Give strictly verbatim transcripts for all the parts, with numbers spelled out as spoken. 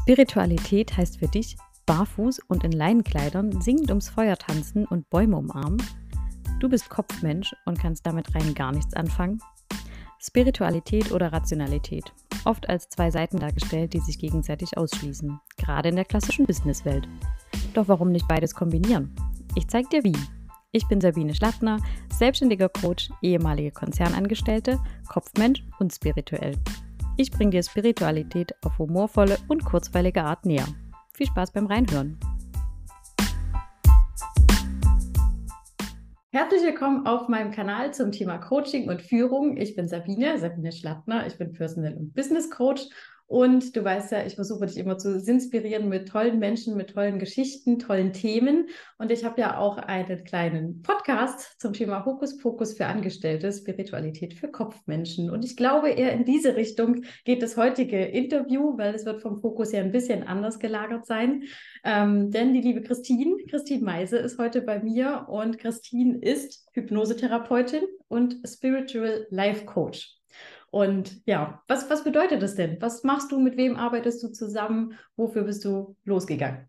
Spiritualität heißt für dich barfuß und in Leinenkleidern singend ums Feuer tanzen und Bäume umarmen? Du bist Kopfmensch und kannst damit rein gar nichts anfangen? Spiritualität oder Rationalität, oft als zwei Seiten dargestellt, die sich gegenseitig ausschließen, gerade in der klassischen Businesswelt. Doch warum nicht beides kombinieren? Ich zeig dir wie. Ich bin Sabine Schlattner, selbstständiger Coach, ehemalige Konzernangestellte, Kopfmensch und spirituell. Ich bringe dir Spiritualität auf humorvolle und kurzweilige Art näher. Viel Spaß beim Reinhören. Herzlich willkommen auf meinem Kanal zum Thema Coaching und Führung. Ich bin Sabine, Sabine Schlattner. Ich bin Personal- und Business Coach. Und du weißt ja, ich versuche dich immer zu inspirieren mit tollen Menschen, mit tollen Geschichten, tollen Themen. Und ich habe ja auch einen kleinen Podcast zum Thema Hokus Pokus für Angestellte, Spiritualität für Kopfmenschen. Und ich glaube, eher in diese Richtung geht das heutige Interview, weil es wird vom Fokus ja ein bisschen anders gelagert sein. Ähm, denn die liebe Christine, Christine Meise ist heute bei mir und Christine ist Hypnosetherapeutin und Spiritual Life Coach. Und ja, was, was bedeutet das denn? Was machst du? Mit wem arbeitest du zusammen? Wofür bist du losgegangen?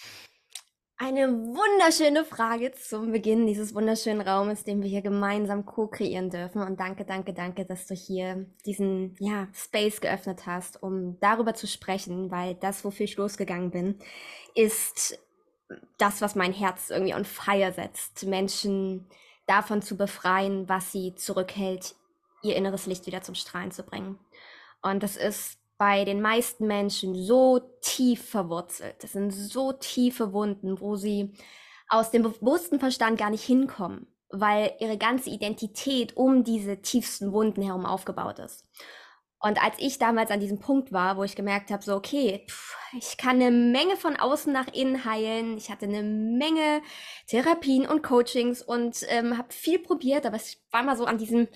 Eine wunderschöne Frage zum Beginn dieses wunderschönen Raumes, den wir hier gemeinsam co-kreieren dürfen. Und danke, danke, danke, dass du hier diesen ja, Space geöffnet hast, um darüber zu sprechen, weil das, wofür ich losgegangen bin, ist das, was mein Herz irgendwie on fire setzt, Menschen davon zu befreien, was sie zurückhält, ihr inneres Licht wieder zum Strahlen zu bringen. Und das ist bei den meisten Menschen so tief verwurzelt. Das sind so tiefe Wunden, wo sie aus dem bewussten Verstand gar nicht hinkommen, weil ihre ganze Identität um diese tiefsten Wunden herum aufgebaut ist. Und als ich damals an diesem Punkt war, wo ich gemerkt habe, so okay, pff, ich kann eine Menge von außen nach innen heilen, ich hatte eine Menge Therapien und Coachings und ähm, habe viel probiert, aber ich war mal so an diesem,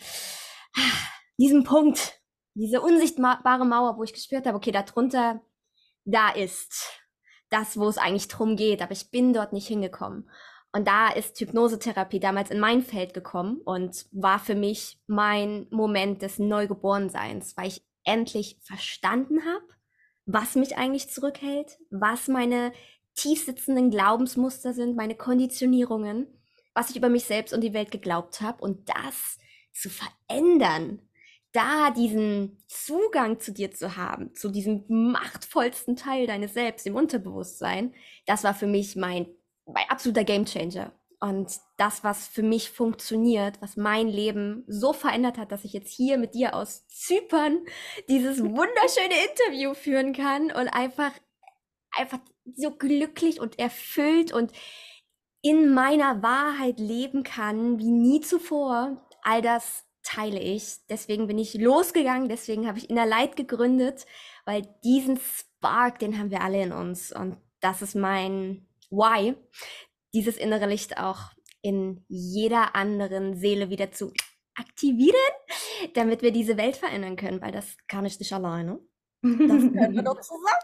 diesem Punkt, diese unsichtbare Mauer, wo ich gespürt habe, okay, darunter, da ist das, wo es eigentlich drum geht, aber ich bin dort nicht hingekommen. Und da ist Hypnosetherapie damals in mein Feld gekommen und war für mich mein Moment des Neugeborenseins, weil ich endlich verstanden habe, was mich eigentlich zurückhält, was meine tiefsitzenden Glaubensmuster sind, meine Konditionierungen, was ich über mich selbst und die Welt geglaubt habe und das zu verändern, da diesen Zugang zu dir zu haben, zu diesem machtvollsten Teil deines Selbst, dem Unterbewusstsein, das war für mich mein, mein absoluter Gamechanger. Und das, was für mich funktioniert, was mein Leben so verändert hat, dass ich jetzt hier mit dir aus Zypern dieses wunderschöne Interview führen kann und einfach, einfach so glücklich und erfüllt und in meiner Wahrheit leben kann wie nie zuvor. All das teile ich. Deswegen bin ich losgegangen, deswegen habe ich Inner Light gegründet, weil diesen Spark, den haben wir alle in uns. Und das ist mein Why, dieses innere Licht auch in jeder anderen Seele wieder zu aktivieren, damit wir diese Welt verändern können, weil das kann ich nicht alleine. Das können wir doch zusammen.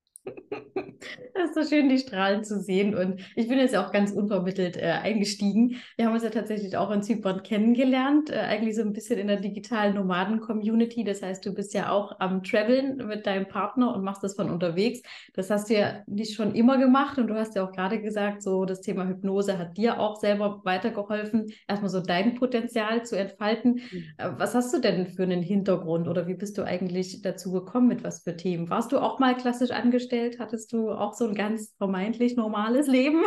Das ist so schön, die Strahlen zu sehen. Und ich bin jetzt auch ganz unvermittelt äh, eingestiegen. Wir haben uns ja tatsächlich auch in Zypern kennengelernt, äh, eigentlich so ein bisschen in der digitalen Nomaden-Community. Das heißt, du bist ja auch am Traveln mit deinem Partner und machst das von unterwegs. Das hast du ja nicht schon immer gemacht. Und du hast ja auch gerade gesagt, so das Thema Hypnose hat dir auch selber weitergeholfen, erstmal so dein Potenzial zu entfalten. Äh, was hast du denn für einen Hintergrund oder wie bist du eigentlich dazu gekommen, mit was für Themen? Warst du auch mal klassisch angestellt? Hattest du auch so ein ganz vermeintlich normales Leben?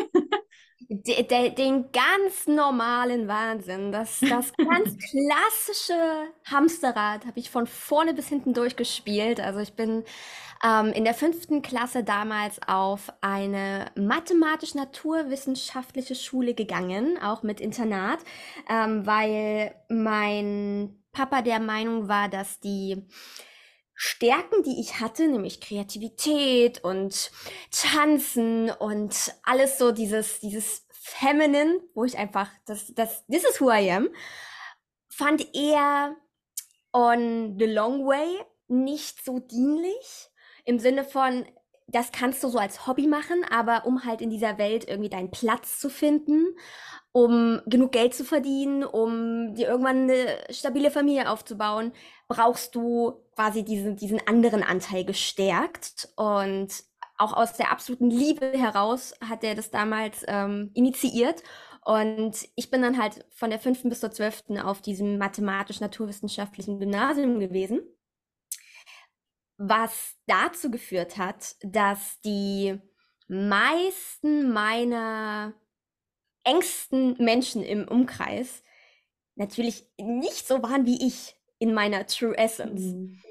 De, de, den ganz normalen Wahnsinn, das, das ganz klassische Hamsterrad habe ich von vorne bis hinten durchgespielt. Also ich bin ähm, in der fünften Klasse damals auf eine mathematisch-naturwissenschaftliche Schule gegangen, auch mit Internat, ähm, weil mein Papa der Meinung war, dass die Stärken, die ich hatte, nämlich Kreativität und Tanzen und alles so dieses, dieses Feminine, wo ich einfach, das, das, this is who I am, fand er on the long way nicht so dienlich. Im Sinne von, das kannst du so als Hobby machen, aber um halt in dieser Welt irgendwie deinen Platz zu finden, um genug Geld zu verdienen, um dir irgendwann eine stabile Familie aufzubauen, brauchst du quasi diesen, diesen anderen Anteil gestärkt. Und auch aus der absoluten Liebe heraus hat er das damals ähm, initiiert. Und ich bin dann halt von der fünften bis zur zwölften auf diesem mathematisch-naturwissenschaftlichen Gymnasium gewesen, was dazu geführt hat, dass die meisten meiner engsten Menschen im Umkreis natürlich nicht so waren wie ich in meiner True Essence. Mhm.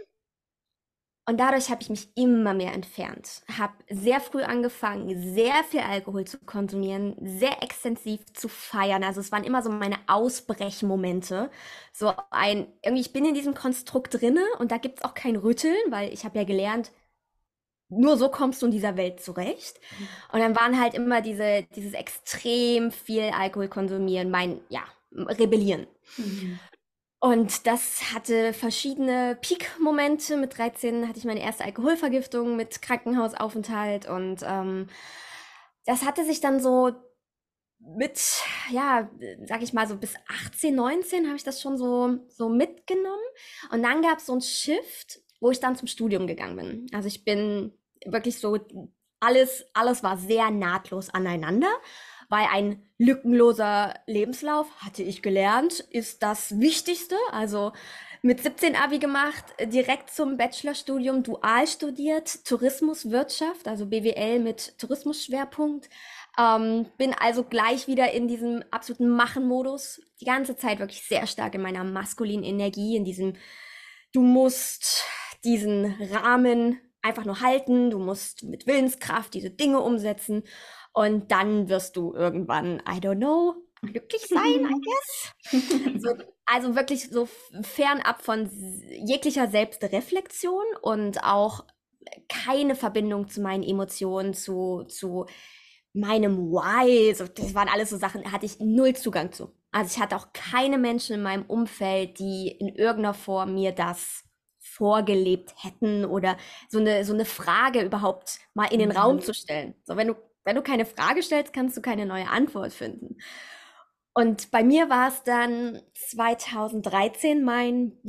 Und dadurch habe ich mich immer mehr entfernt, habe sehr früh angefangen, sehr viel Alkohol zu konsumieren, sehr extensiv zu feiern. Also es waren immer so meine Ausbrechmomente. So ein, irgendwie, ich bin in diesem Konstrukt drinne und da gibt es auch kein Rütteln, weil ich habe ja gelernt, nur so kommst du in dieser Welt zurecht. Und dann waren halt immer diese, dieses extrem viel Alkohol konsumieren, mein, ja, Rebellieren. Mhm. Und das hatte verschiedene Peak-Momente. Mit dreizehn hatte ich meine erste Alkoholvergiftung mit Krankenhausaufenthalt und ähm, das hatte sich dann so mit, ja, sag ich mal so bis achtzehn, neunzehn habe ich das schon so, so mitgenommen. Und dann gab es so einen Shift, wo ich dann zum Studium gegangen bin. Also ich bin wirklich so, alles, alles war sehr nahtlos aneinander, weil ein lückenloser Lebenslauf, hatte ich gelernt, ist das Wichtigste. Also mit siebzehn Abi gemacht, direkt zum Bachelorstudium, dual studiert, Tourismuswirtschaft, also B W L mit Tourismusschwerpunkt. Ähm, bin also gleich wieder in diesem absoluten Machen-Modus. Die ganze Zeit wirklich sehr stark in meiner maskulinen Energie, in diesem, du musst diesen Rahmen einfach nur halten, du musst mit Willenskraft diese Dinge umsetzen und dann wirst du irgendwann, I don't know, glücklich sein, I guess. So, also wirklich so fernab von jeglicher Selbstreflexion und auch keine Verbindung zu meinen Emotionen, zu, zu meinem Why. So, das waren alles so Sachen, da hatte ich null Zugang zu. Also ich hatte auch keine Menschen in meinem Umfeld, die in irgendeiner Form mir das vorgelebt hätten oder so eine, so eine Frage überhaupt mal in den Raum zu stellen. So, wenn du, wenn du keine Frage stellst, kannst du keine neue Antwort finden. Und bei mir war es dann zweitausenddreizehn mein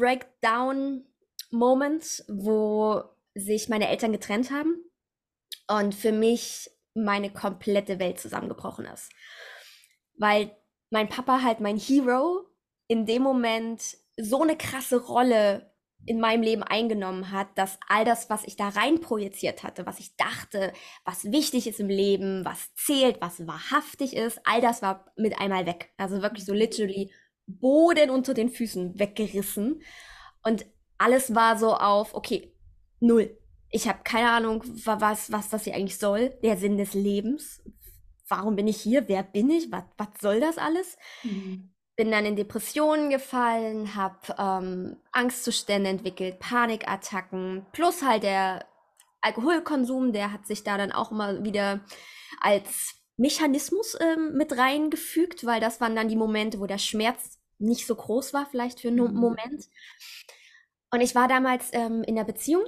Breakdown-Moment, wo sich meine Eltern getrennt haben und für mich meine komplette Welt zusammengebrochen ist. Weil mein Papa halt mein Hero in dem Moment so eine krasse Rolle in meinem Leben eingenommen hat, dass all das, was ich da rein projiziert hatte, was ich dachte, was wichtig ist im Leben, was zählt, was wahrhaftig ist, all das war mit einmal weg. Also wirklich so literally Boden unter den Füßen weggerissen. Und alles war so auf, okay, null. Ich habe keine Ahnung, was, was das hier eigentlich soll, der Sinn des Lebens. Warum bin ich hier? Wer bin ich? Was, was soll das alles? Mhm. Bin dann in Depressionen gefallen, habe ähm, Angstzustände entwickelt, Panikattacken, plus halt der Alkoholkonsum, der hat sich da dann auch immer wieder als Mechanismus ähm, mit reingefügt, weil das waren dann die Momente, wo der Schmerz nicht so groß war, vielleicht für einen Mhm. Moment. Und ich war damals ähm, in der Beziehung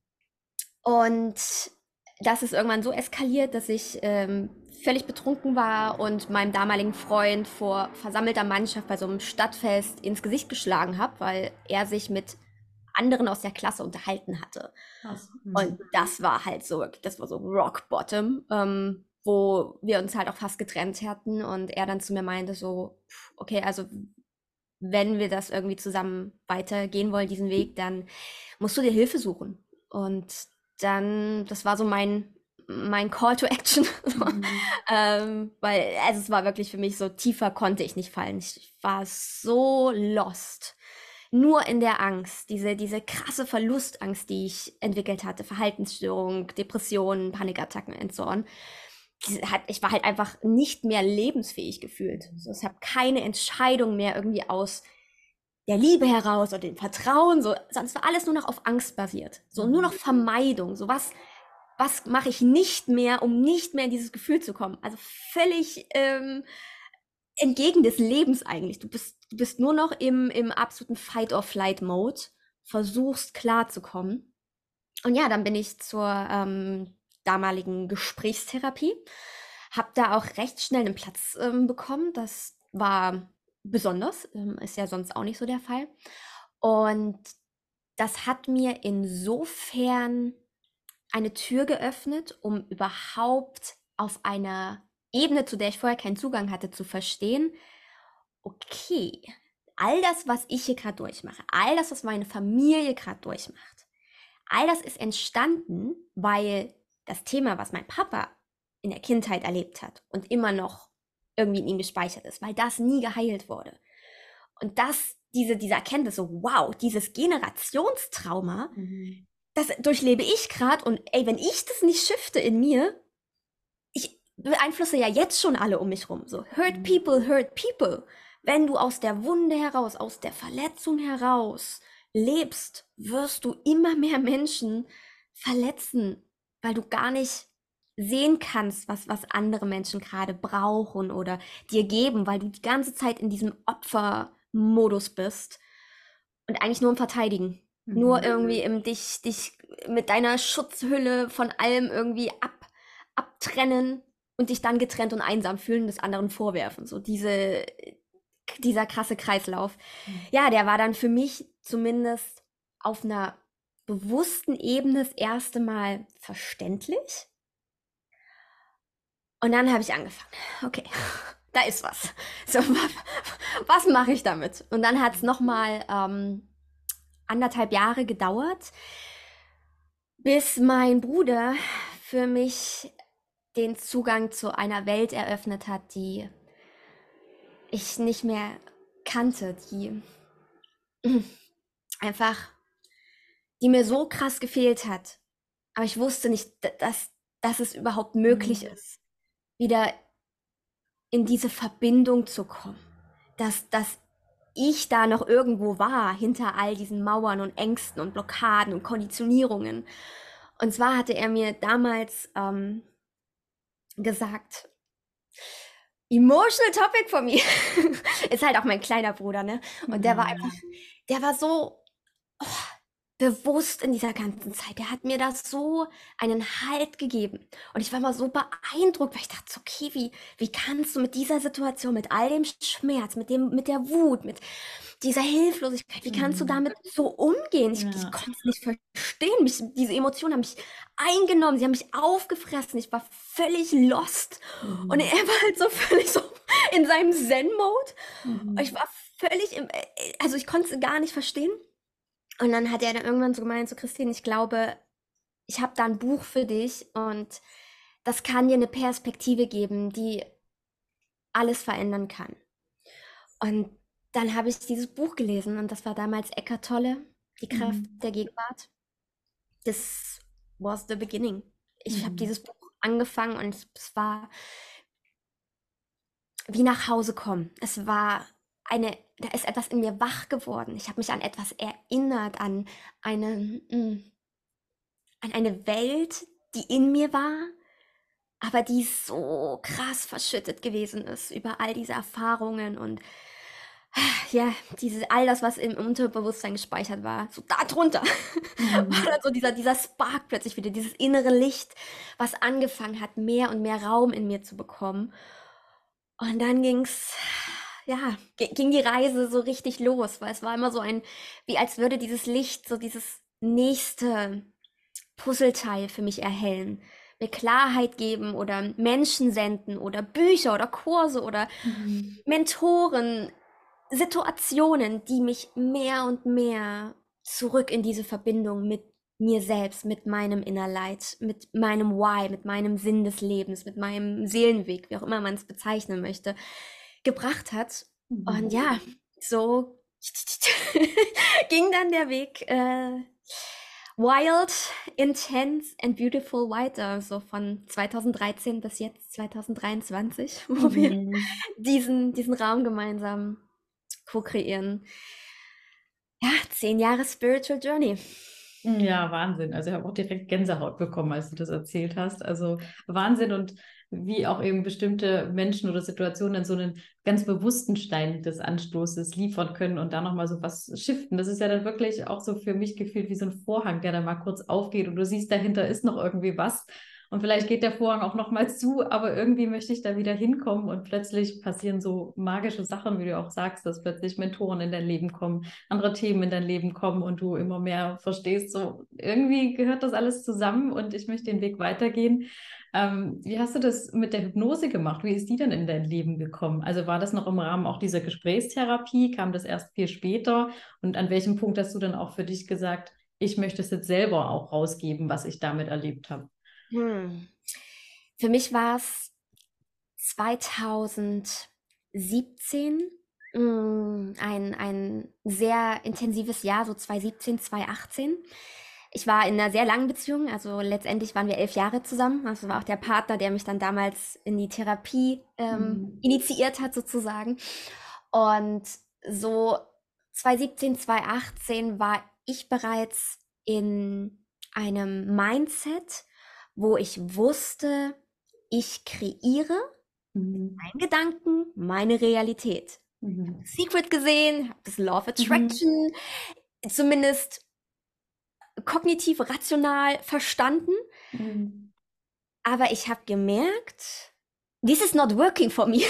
und das ist irgendwann so eskaliert, dass ich ähm, völlig betrunken war und meinem damaligen Freund vor versammelter Mannschaft bei so einem Stadtfest ins Gesicht geschlagen habe, weil er sich mit anderen aus der Klasse unterhalten hatte. Krass. Und Mhm. das war halt so, das war so Rock Bottom, ähm, wo wir uns halt auch fast getrennt hatten und er dann zu mir meinte so, okay, also wenn wir das irgendwie zusammen weitergehen wollen, diesen Weg, dann musst du dir Hilfe suchen. Und dann, das war so mein, mein Call to Action. Mhm. ähm, weil, also es war wirklich für mich so, tiefer konnte ich nicht fallen. Ich war so lost. Nur in der Angst, diese, diese krasse Verlustangst, die ich entwickelt hatte, Verhaltensstörung, Depressionen, Panikattacken und so on. Hat, ich war halt einfach nicht mehr lebensfähig gefühlt. So, ich habe keine Entscheidung mehr irgendwie aus der Liebe heraus oder dem Vertrauen, so, sonst war alles nur noch auf Angst basiert. So, nur noch Vermeidung. So, was, was mache ich nicht mehr, um nicht mehr in dieses Gefühl zu kommen? Also völlig ähm, entgegen des Lebens eigentlich. Du bist, du bist nur noch im, im absoluten Fight-or-Flight-Mode, versuchst klarzukommen. Und ja, dann bin ich zur ähm, damaligen Gesprächstherapie, habe da auch recht schnell einen Platz ähm, bekommen. Das war besonders, ähm, ist ja sonst auch nicht so der Fall. Und das hat mir insofern eine Tür geöffnet, um überhaupt auf einer Ebene, zu der ich vorher keinen Zugang hatte, zu verstehen, okay, all das, was ich hier gerade durchmache, all das, was meine Familie gerade durchmacht, all das ist entstanden, weil das Thema, was mein Papa in der Kindheit erlebt hat und immer noch irgendwie in ihm gespeichert ist, weil das nie geheilt wurde. Und das, diese, diese Erkenntnis, so wow, dieses Generationstrauma, mhm. das durchlebe ich gerade und ey, wenn ich das nicht shifte in mir, ich beeinflusse ja jetzt schon alle um mich rum. So, hurt people, hurt people. Wenn du aus der Wunde heraus, aus der Verletzung heraus lebst, wirst du immer mehr Menschen verletzen, weil du gar nicht sehen kannst, was, was andere Menschen gerade brauchen oder dir geben, weil du die ganze Zeit in diesem Opfermodus bist und eigentlich nur im Verteidigen. Mhm. Nur irgendwie im dich, dich mit deiner Schutzhülle von allem irgendwie ab, abtrennen und dich dann getrennt und einsam fühlen, des anderen vorwerfen. So diese, dieser krasse Kreislauf. Mhm. Ja, der war dann für mich zumindest auf einer bewussten Ebene das erste Mal verständlich. Und dann habe ich angefangen. Okay, da ist was. So, was mache ich damit? Und dann hat es nochmal ähm, anderthalb Jahre gedauert, bis mein Bruder für mich den Zugang zu einer Welt eröffnet hat, die ich nicht mehr kannte, die einfach, die mir so krass gefehlt hat. Aber ich wusste nicht, dass, dass es überhaupt möglich mhm. ist, wieder in diese Verbindung zu kommen. Dass, dass ich da noch irgendwo war, hinter all diesen Mauern und Ängsten und Blockaden und Konditionierungen. Und zwar hatte er mir damals ähm, gesagt, emotional topic for me. Ist halt auch mein kleiner Bruder, ne? Und der war einfach, der war so oh, bewusst in dieser ganzen Zeit. Der hat mir da so einen Halt gegeben. Und ich war mal so beeindruckt, weil ich dachte, okay, wie, wie kannst du mit dieser Situation, mit all dem Schmerz, mit dem, mit der Wut, mit dieser Hilflosigkeit, wie kannst du damit so umgehen? Ich, ja. ich konnte es nicht verstehen. Mich, diese Emotionen haben mich eingenommen, sie haben mich aufgefressen. Ich war völlig lost. Mhm. Und er war halt so völlig so in seinem Zen-Mode. Mhm. Ich war völlig im, also ich konnte es gar nicht verstehen. Und dann hat er dann irgendwann so gemeint, so Christine, ich glaube, ich habe da ein Buch für dich und das kann dir eine Perspektive geben, die alles verändern kann. Und dann habe ich dieses Buch gelesen und das war damals Eckhart Tolle, Die Kraft mhm. der Gegenwart. This was the beginning. Ich mhm. habe dieses Buch angefangen und es war wie nach Hause kommen. Es war eine, da ist etwas in mir wach geworden. Ich habe mich an etwas erinnert, an eine, an eine Welt, die in mir war, aber die so krass verschüttet gewesen ist über all diese Erfahrungen und ja, diese, all das, was im Unterbewusstsein gespeichert war, so da drunter mhm. war dann so dieser, dieser Spark plötzlich wieder, dieses innere Licht, was angefangen hat, mehr und mehr Raum in mir zu bekommen. Und dann ging's ja, ging die Reise so richtig los, weil es war immer so ein, wie als würde dieses Licht so dieses nächste Puzzleteil für mich erhellen, mir Klarheit geben oder Menschen senden oder Bücher oder Kurse oder mhm. Mentoren, Situationen, die mich mehr und mehr zurück in diese Verbindung mit mir selbst, mit meinem Inner Light, mit meinem Why, mit meinem Sinn des Lebens, mit meinem Seelenweg, wie auch immer man es bezeichnen möchte, gebracht hat. Mhm. Und ja, so ging dann der Weg äh, wild, intense and beautiful weiter, so von zweitausenddreizehn bis jetzt zweitausenddreiundzwanzig, wo mhm. wir diesen, diesen Raum gemeinsam co-kreieren. Ja, zehn Jahre Spiritual Journey. Ja, Wahnsinn. Also ich habe auch direkt Gänsehaut bekommen, als du das erzählt hast. Also Wahnsinn und wie auch eben bestimmte Menschen oder Situationen so einen ganz bewussten Stein des Anstoßes liefern können und da nochmal so was shiften. Das ist ja dann wirklich auch so für mich gefühlt wie so ein Vorhang, der dann mal kurz aufgeht und du siehst, dahinter ist noch irgendwie was. und vielleicht geht der Vorhang auch nochmal zu, aber irgendwie möchte ich da wieder hinkommen und plötzlich passieren so magische Sachen, wie du auch sagst, dass plötzlich Mentoren in dein Leben kommen, andere Themen in dein Leben kommen und du immer mehr verstehst, so irgendwie gehört das alles zusammen und ich möchte den Weg weitergehen. Ähm, wie hast du das mit der Hypnose gemacht? Wie ist die denn in dein Leben gekommen? Also war das noch im Rahmen auch dieser Gesprächstherapie? Kam das erst viel später? Und an welchem Punkt hast du dann auch für dich gesagt, ich möchte es jetzt selber auch rausgeben, was ich damit erlebt habe? Hm. Für mich war es zweitausendsiebzehn mm, ein, ein sehr intensives Jahr, so zweitausendsiebzehn, zweitausendachtzehn. Ich war in einer sehr langen Beziehung, also letztendlich waren wir elf Jahre zusammen. Das war auch der Partner, der mich dann damals in die Therapie ähm, Mhm. initiiert hat, sozusagen. Und so zweitausendsiebzehn, zweitausendachtzehn war ich bereits in einem Mindset, wo ich wusste, ich kreiere Mhm. meinen Gedanken, meine Realität. Mhm. Secret gesehen, habe das Law of Mhm. Attraction zumindest kognitiv rational verstanden, Mhm. aber ich habe gemerkt, this is not working for me.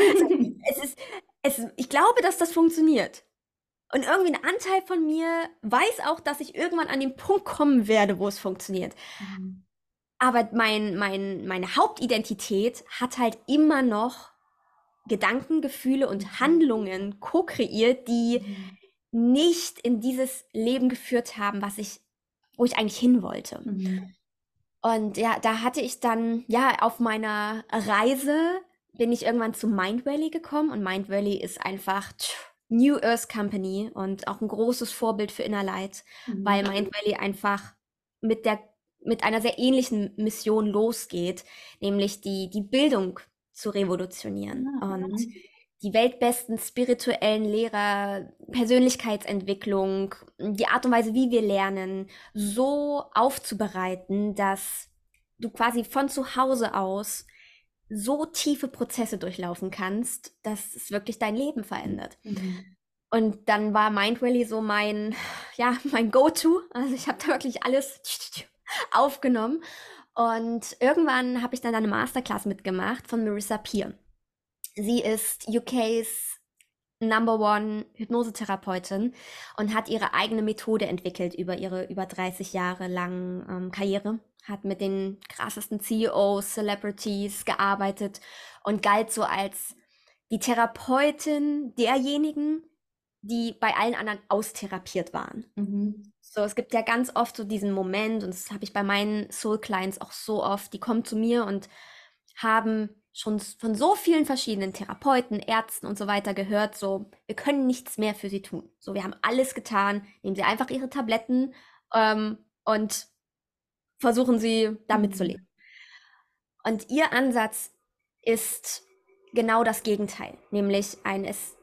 es ist, es, ich glaube, dass das funktioniert. Und irgendwie ein Anteil von mir weiß auch, dass ich irgendwann an den Punkt kommen werde, wo es funktioniert. Mhm. Aber mein, mein, meine Hauptidentität hat halt immer noch Gedanken, Gefühle und Handlungen ko-kreiert, die Mhm. nicht in dieses Leben geführt haben, was ich, wo ich eigentlich hin wollte. Mhm. Und ja, da hatte ich dann, ja, auf meiner Reise bin ich irgendwann zu Mind Valley gekommen und Mind Valley ist einfach tch, New Earth Company und auch ein großes Vorbild für Innerlight, weil Mhm. Mind Valley einfach mit der, mit einer sehr ähnlichen Mission losgeht, nämlich die, die Bildung zu revolutionieren Ah, und mhm. die weltbesten spirituellen Lehrer, Persönlichkeitsentwicklung, die Art und Weise, wie wir lernen, so aufzubereiten, dass du quasi von zu Hause aus so tiefe Prozesse durchlaufen kannst, dass es wirklich dein Leben verändert. Mhm. Und dann war Mind Valley so mein, ja, mein Go-To. Also ich habe da wirklich alles aufgenommen. Und irgendwann habe ich dann eine Masterclass mitgemacht von Marissa Peer. Sie ist U Ks Number One Hypnosetherapeutin und hat ihre eigene Methode entwickelt über ihre über dreißig Jahre langen ähm, Karriere. Hat mit den krassesten C E Os, Celebrities gearbeitet und galt so als die Therapeutin derjenigen, die bei allen anderen austherapiert waren. Mhm. So, es gibt ja ganz oft so diesen Moment, und das habe ich bei meinen Soul Clients auch so oft, die kommen zu mir und haben schon von so vielen verschiedenen Therapeuten, Ärzten und so weiter gehört, so, wir können nichts mehr für sie tun. So, wir haben alles getan, nehmen sie einfach ihre Tabletten ähm, und versuchen sie damit zu Mhm. leben. Und ihr Ansatz ist genau das Gegenteil, nämlich ein, es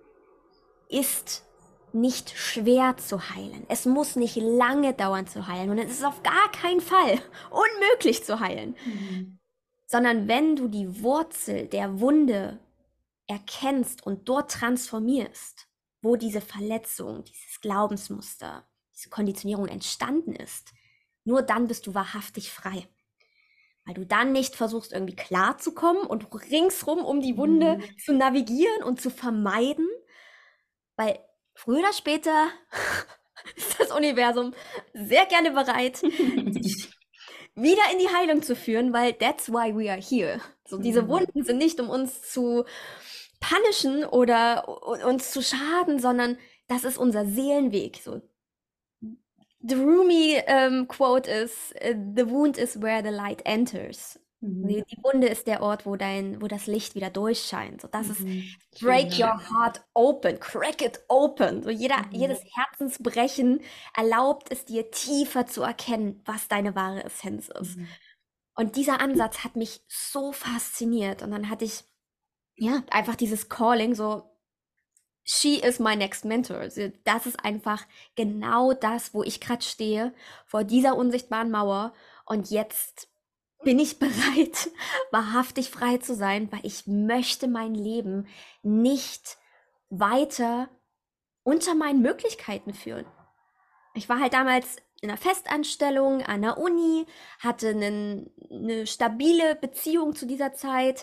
ist nicht schwer zu heilen. Es muss nicht lange dauern zu heilen und es ist auf gar keinen Fall unmöglich zu heilen. Mhm. Sondern wenn du die Wurzel der Wunde erkennst und dort transformierst, wo diese Verletzung, dieses Glaubensmuster, diese Konditionierung entstanden ist, nur dann bist du wahrhaftig frei. Weil du dann nicht versuchst, irgendwie klarzukommen und ringsrum um die Wunde Mhm. zu navigieren und zu vermeiden, weil früher oder später ist das Universum sehr gerne bereit, dich wieder in die Heilung zu führen, weil that's why we are here. So, diese Mhm. Wunden sind nicht, um uns zu punishen oder uns zu schaden, sondern das ist unser Seelenweg. So, the Rumi ähm, Quote ist, äh, the wound is where the light enters. Die, Mhm. die Wunde ist der Ort, wo dein, wo das Licht wieder durchscheint. So, das ist Mhm. Schön, break ja. your heart open, crack it open. So jeder, Mhm. jedes Herzensbrechen erlaubt es dir tiefer zu erkennen, was deine wahre Essenz ist. Mhm. Und dieser Ansatz hat mich so fasziniert. Und dann hatte ich ja einfach dieses Calling, so she is my next mentor. Also das ist einfach genau das, wo ich gerade stehe, vor dieser unsichtbaren Mauer. Und jetzt bin ich bereit, wahrhaftig frei zu sein, weil ich möchte mein Leben nicht weiter unter meinen Möglichkeiten führen. Ich war halt damals in einer Festanstellung an der Uni, hatte einen, eine stabile Beziehung zu dieser Zeit,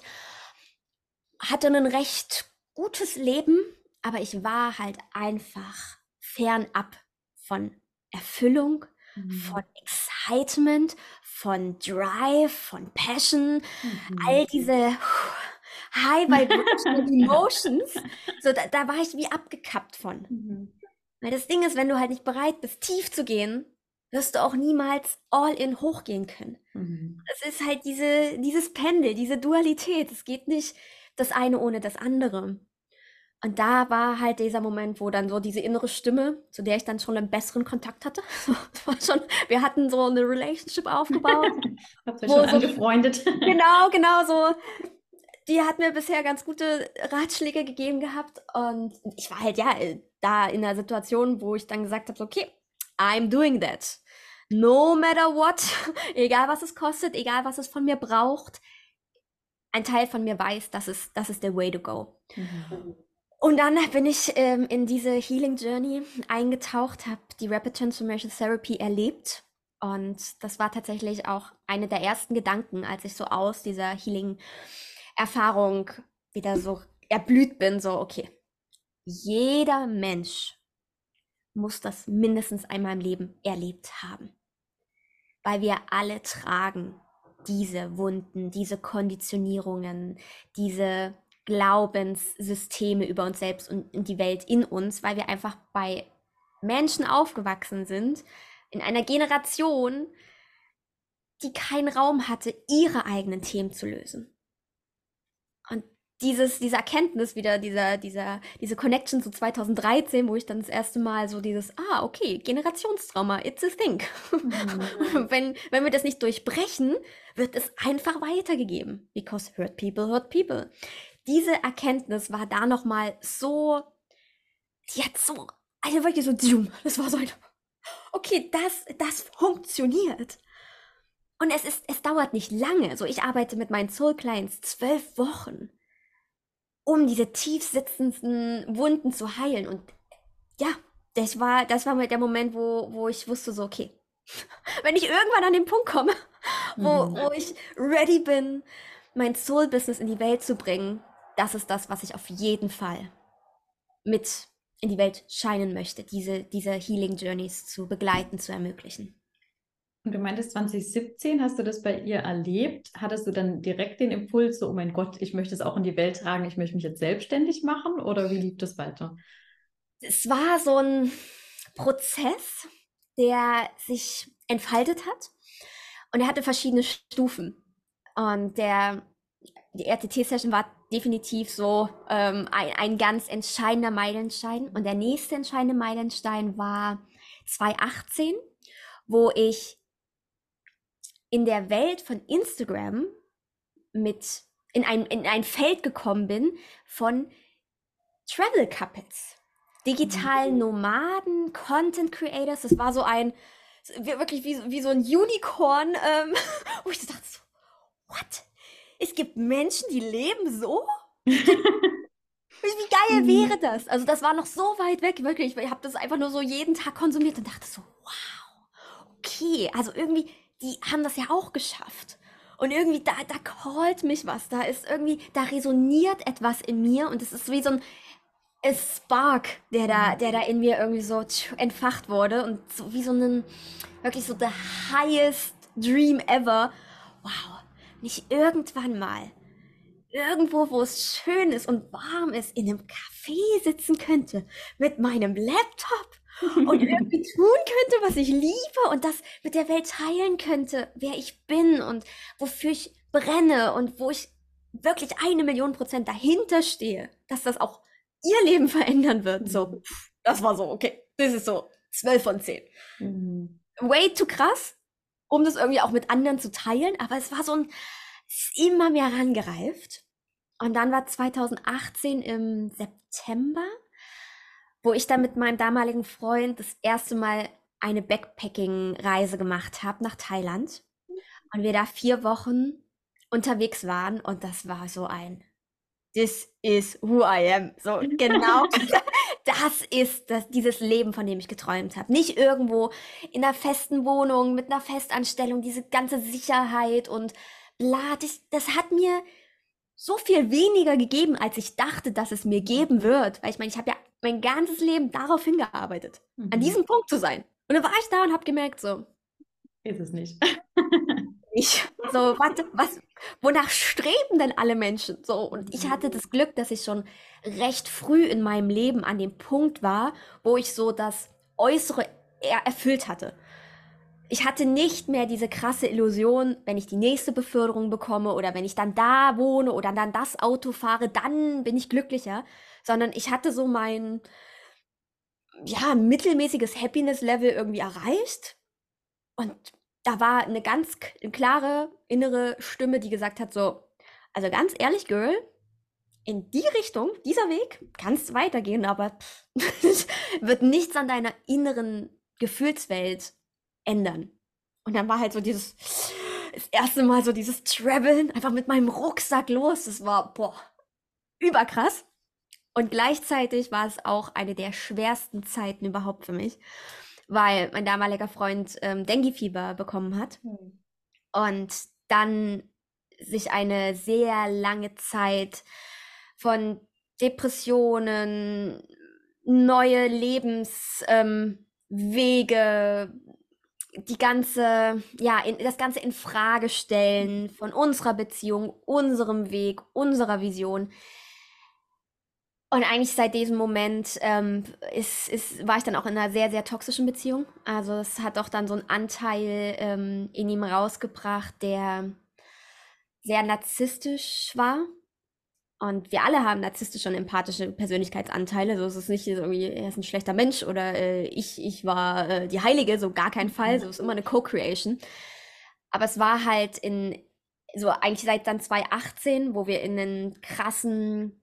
hatte ein recht gutes Leben, aber ich war halt einfach fernab von Erfüllung, von Mhm. Excitement, von Drive, von Passion, all Mhm. diese High Vibrational Emotions. So, da, da war ich wie abgekappt von. Mhm. Weil das Ding ist, wenn du halt nicht bereit bist, tief zu gehen, wirst du auch niemals all in hochgehen können. Mhm. Es ist halt diese, dieses Pendel, diese Dualität. Es geht nicht das eine ohne das andere. Und da war halt dieser Moment, wo dann so diese innere Stimme, zu der ich dann schon einen besseren Kontakt hatte. Das war schon, wir hatten so eine Relationship aufgebaut, Habt ihr schon wo so, angefreundet? genau, genau so, die hat mir bisher ganz gute Ratschläge gegeben gehabt. Und ich war halt, ja, da in der Situation, wo ich dann gesagt habe, so, okay, I'm doing that. No matter what, egal was es kostet, egal was es von mir braucht, ein Teil von mir weiß, das ist, das ist der way to go. Mhm. Und dann bin ich ähm, in diese Healing Journey eingetaucht, habe die Rapid Transformation Therapy erlebt. Und das war tatsächlich auch eine der ersten Gedanken, als ich so aus dieser Healing-Erfahrung wieder so erblüht bin, so, okay, jeder Mensch muss das mindestens einmal im Leben erlebt haben. Weil wir alle tragen diese Wunden, diese Konditionierungen, diese Glaubenssysteme über uns selbst und in die Welt in uns, weil wir einfach bei Menschen aufgewachsen sind, in einer Generation, die keinen Raum hatte, ihre eigenen Themen zu lösen. Und dieses, diese Erkenntnis wieder, dieser, dieser, diese Connection zu zweitausenddreizehn, wo ich dann das erste Mal so dieses, ah, okay, Generationstrauma, it's a thing. Mhm. wenn, wenn wir das nicht durchbrechen, wird es einfach weitergegeben. Because hurt people hurt people. Diese Erkenntnis war da nochmal so, die hat so, also wirklich so, das war so ein, okay, das, das funktioniert. Und es ist, es dauert nicht lange. So, ich arbeite mit meinen Soul Clients zwölf Wochen, um diese tief sitzenden Wunden zu heilen. Und ja, das war, das war der Moment, wo, wo ich wusste, so, okay, wenn ich irgendwann an den Punkt komme, wo, Mhm. wo ich ready bin, mein Soul-Business in die Welt zu bringen, das ist das, was ich auf jeden Fall mit in die Welt scheinen möchte, diese, diese Healing Journeys zu begleiten, zu ermöglichen. Und du meintest, zwanzig siebzehn hast du das bei ihr erlebt? Hattest du dann direkt den Impuls, so, oh mein Gott, ich möchte es auch in die Welt tragen, ich möchte mich jetzt selbstständig machen? Oder wie lief das weiter? Es war so ein Prozess, der sich entfaltet hat und er hatte verschiedene Stufen. Und der, die R T T-Session war definitiv so ähm, ein, ein ganz entscheidender Meilenstein. Und der nächste entscheidende Meilenstein war zweitausendachtzehn, wo ich in der Welt von Instagram mit in ein, in ein Feld gekommen bin von Travel Couples, digitalen Nomaden, Content Creators. Das war so ein, wirklich wie, wie so ein Unicorn, ähm, wo ich so dachte, so, what? Es gibt Menschen, die leben so? Wie geil wäre das? Also das war noch so weit weg, wirklich. Ich habe das einfach nur so jeden Tag konsumiert und dachte so, wow, okay, also irgendwie, die haben das ja auch geschafft. Und irgendwie, da, da callt mich was, da ist irgendwie, da resoniert etwas in mir und es ist wie so ein a Spark, der da, der da in mir irgendwie so entfacht wurde und so wie so ein, wirklich so the highest dream ever. Wow, nicht irgendwann mal irgendwo, wo es schön ist und warm ist, in einem Café sitzen könnte mit meinem Laptop und irgendwie tun könnte, was ich liebe und das mit der Welt teilen könnte, wer ich bin und wofür ich brenne und wo ich wirklich eine Million Prozent dahinter stehe, dass das auch ihr Leben verändern wird. So, das war so, okay, das ist so zwölf von zehn. Mhm. Way too krass, um das irgendwie auch mit anderen zu teilen, aber es war so ein, es ist immer mehr rangereift. Und dann war zweitausendachtzehn im September, wo ich dann mit meinem damaligen Freund das erste Mal eine Backpacking-Reise gemacht habe nach Thailand. Und wir da vier Wochen unterwegs waren und das war so ein This is who I am. So genau das ist das, dieses Leben, von dem ich geträumt habe. Nicht irgendwo in einer festen Wohnung mit einer Festanstellung, diese ganze Sicherheit und bla. Das, das hat mir so viel weniger gegeben, als ich dachte, dass es mir geben wird. Weil ich meine, ich habe ja mein ganzes Leben darauf hingearbeitet, an Mhm. diesem Punkt zu sein. Und dann war ich da und habe gemerkt, so, Ist es nicht. ich, so, warte, was, wonach streben denn alle Menschen? So, und ich hatte das Glück, dass ich schon recht früh in meinem Leben an dem Punkt war, wo ich so das Äußere er erfüllt hatte. Ich hatte nicht mehr diese krasse Illusion, wenn ich die nächste Beförderung bekomme oder wenn ich dann da wohne oder dann das Auto fahre, dann bin ich glücklicher, sondern ich hatte so mein, ja, mittelmäßiges Happiness-Level irgendwie erreicht und da war eine ganz k klare innere Stimme, die gesagt hat so: „Also, ganz ehrlich, Girl, in die Richtung, dieser Weg, kannst weitergehen, aber pff, wird nichts an deiner inneren Gefühlswelt ändern.“ Und dann war halt so dieses das erste Mal so dieses Traveln, einfach mit meinem Rucksack los. Das war, boah, überkrass. Und gleichzeitig war es auch eine der schwersten Zeiten überhaupt für mich, weil mein damaliger Freund ähm, Dengue-Fieber bekommen hat Mhm. und dann sich eine sehr lange Zeit von Depressionen, neue Lebenswege, ähm, Wege, die ganze, ja, in, das ganze in Frage stellen von unserer Beziehung, unserem Weg, unserer Vision. Und eigentlich seit diesem Moment ähm, ist, ist, war ich dann auch in einer sehr, sehr toxischen Beziehung. Also es hat auch dann so einen Anteil ähm, in ihm rausgebracht, der sehr narzisstisch war. Und wir alle haben narzisstische und empathische Persönlichkeitsanteile. So ist es nicht so irgendwie, er ist ein schlechter Mensch oder äh, ich, ich war äh, die Heilige, so gar kein Fall. So ist immer eine Co-Creation. Aber es war halt in, so eigentlich seit dann zwanzig achtzehn, wo wir in einen krassen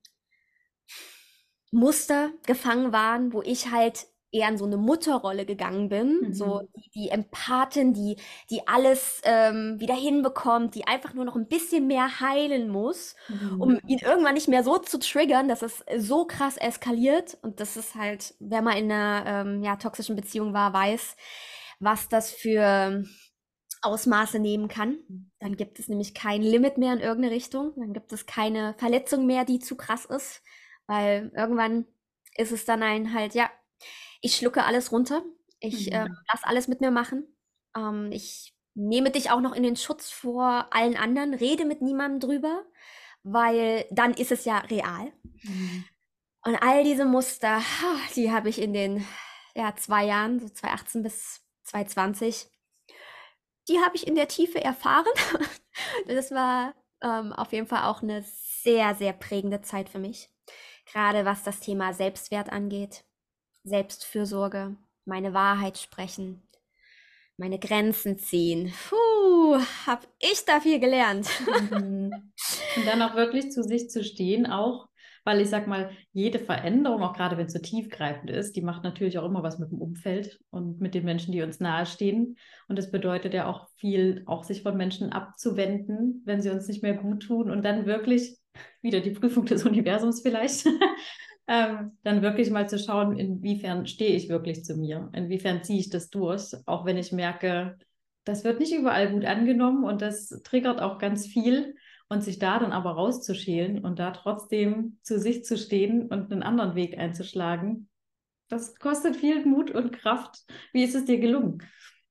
Muster gefangen waren, wo ich halt eher in so eine Mutterrolle gegangen bin, so Mhm. die, die Empathin, die, die alles ähm, wieder hinbekommt, die einfach nur noch ein bisschen mehr heilen muss, um Mhm. ihn irgendwann nicht mehr so zu triggern, dass es so krass eskaliert. Und das ist halt, wer mal in einer ähm, ja, toxischen Beziehung war, weiß, was das für Ausmaße nehmen kann. Dann gibt es nämlich kein Limit mehr in irgendeine Richtung. Dann gibt es keine Verletzung mehr, die zu krass ist. Weil irgendwann ist es dann ein halt, ja, ich schlucke alles runter. Ich äh, Mhm. lass alles mit mir machen. Ähm, ich nehme dich auch noch in den Schutz vor allen anderen, rede mit niemandem drüber, weil dann ist es ja real. Mhm. Und all diese Muster, die habe ich in den ja, zwei Jahren, so zwanzig achtzehn bis zwanzig zwanzig, die habe ich in der Tiefe erfahren. Das war ähm, auf jeden Fall auch eine sehr, sehr prägende Zeit für mich. Gerade was das Thema Selbstwert angeht, Selbstfürsorge, meine Wahrheit sprechen, meine Grenzen ziehen. Puh, hab ich da viel gelernt. Mhm. Und dann auch wirklich zu sich zu stehen, auch, weil ich sag mal, jede Veränderung, auch gerade wenn es so tiefgreifend ist, die macht natürlich auch immer was mit dem Umfeld und mit den Menschen, die uns nahestehen. Und das bedeutet ja auch viel, auch sich von Menschen abzuwenden, wenn sie uns nicht mehr gut tun und dann wirklich, wieder die Prüfung des Universums vielleicht, ähm, dann wirklich mal zu schauen, inwiefern stehe ich wirklich zu mir, inwiefern ziehe ich das durch, auch wenn ich merke, das wird nicht überall gut angenommen und das triggert auch ganz viel. Und sich da dann aber rauszuschälen und da trotzdem zu sich zu stehen und einen anderen Weg einzuschlagen, das kostet viel Mut und Kraft. Wie ist es dir gelungen?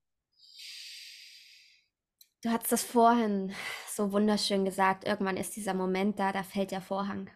Du hattest das vorhin so wunderschön gesagt. Irgendwann ist dieser Moment da, da fällt der Vorhang.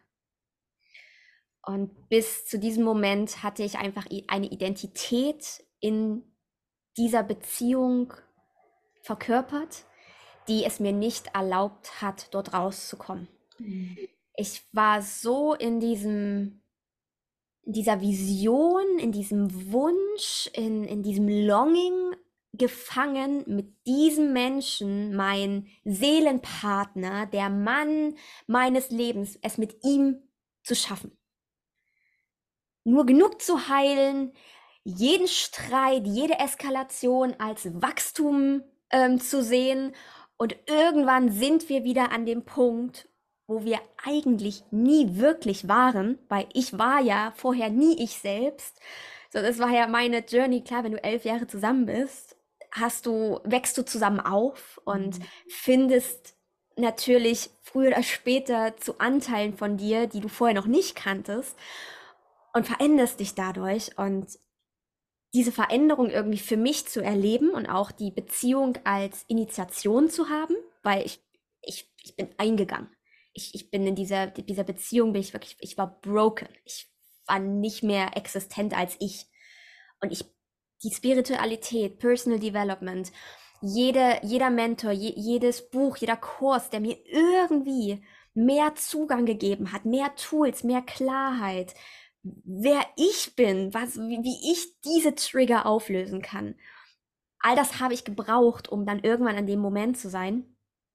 Und bis zu diesem Moment hatte ich einfach i- eine Identität in dieser Beziehung verkörpert, die es mir nicht erlaubt hat, dort rauszukommen. Mhm. Ich war so in diesem, in dieser Vision, in diesem Wunsch, in, in diesem Longing gefangen, mit diesem Menschen, mein Seelenpartner, der Mann meines Lebens, es mit ihm zu schaffen. Nur genug zu heilen, jeden Streit, jede Eskalation als Wachstum ähm, zu sehen. Und irgendwann sind wir wieder an dem Punkt, wo wir eigentlich nie wirklich waren, weil ich war ja vorher nie ich selbst. So, das war ja meine Journey. Klar, wenn du elf Jahre zusammen bist, hast du, wächst du zusammen auf und Mhm. findest natürlich früher oder später zu Anteilen von dir, die du vorher noch nicht kanntest, und veränderst dich dadurch. Und diese Veränderung irgendwie für mich zu erleben und auch die Beziehung als Initiation zu haben, weil ich, ich, ich bin eingegangen. Ich, ich bin in dieser, dieser Beziehung, bin ich wirklich, ich war broken. Ich war nicht mehr existent als ich. Und ich, die Spiritualität, Personal Development, jede, jeder Mentor, je, jedes Buch, jeder Kurs, der mir irgendwie mehr Zugang gegeben hat, mehr Tools, mehr Klarheit, wer ich bin, was, wie, wie ich diese Trigger auflösen kann. All das habe ich gebraucht, um dann irgendwann an dem Moment zu sein,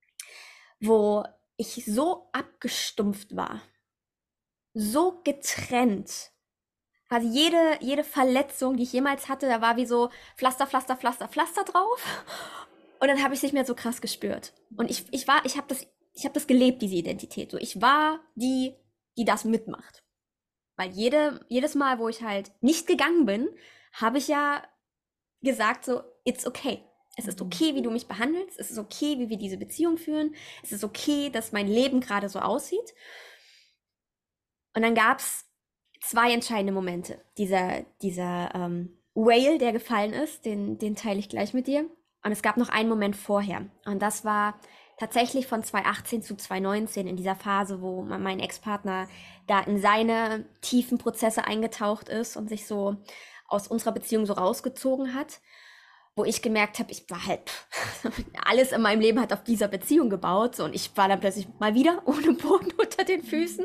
wo ich so abgestumpft war, so getrennt. Also jede, jede Verletzung, die ich jemals hatte, da war wie so Pflaster, Pflaster, Pflaster, Pflaster drauf. Und dann habe ich es nicht mehr so krass gespürt. Und ich, ich war, ich habe das, ich habe das gelebt, diese Identität. So, ich war die, die das mitmacht. Weil jede, jedes Mal, wo ich halt nicht gegangen bin, habe ich ja gesagt so, it's okay. Es ist okay, wie du mich behandelst. Es ist okay, wie wir diese Beziehung führen. Es ist okay, dass mein Leben gerade so aussieht. Und dann gab es zwei entscheidende Momente. Dieser, dieser ähm, Whale, der gefallen ist, den, den teile ich gleich mit dir. Und es gab noch einen Moment vorher. Und das war tatsächlich von zwanzig achtzehn zu zwanzig neunzehn in dieser Phase, wo mein Ex-Partner da in seine tiefen Prozesse eingetaucht ist und sich so aus unserer Beziehung so rausgezogen hat, wo ich gemerkt habe, ich war halt, alles in meinem Leben hat auf dieser Beziehung gebaut, so, und ich war dann plötzlich mal wieder ohne Boden unter den Füßen,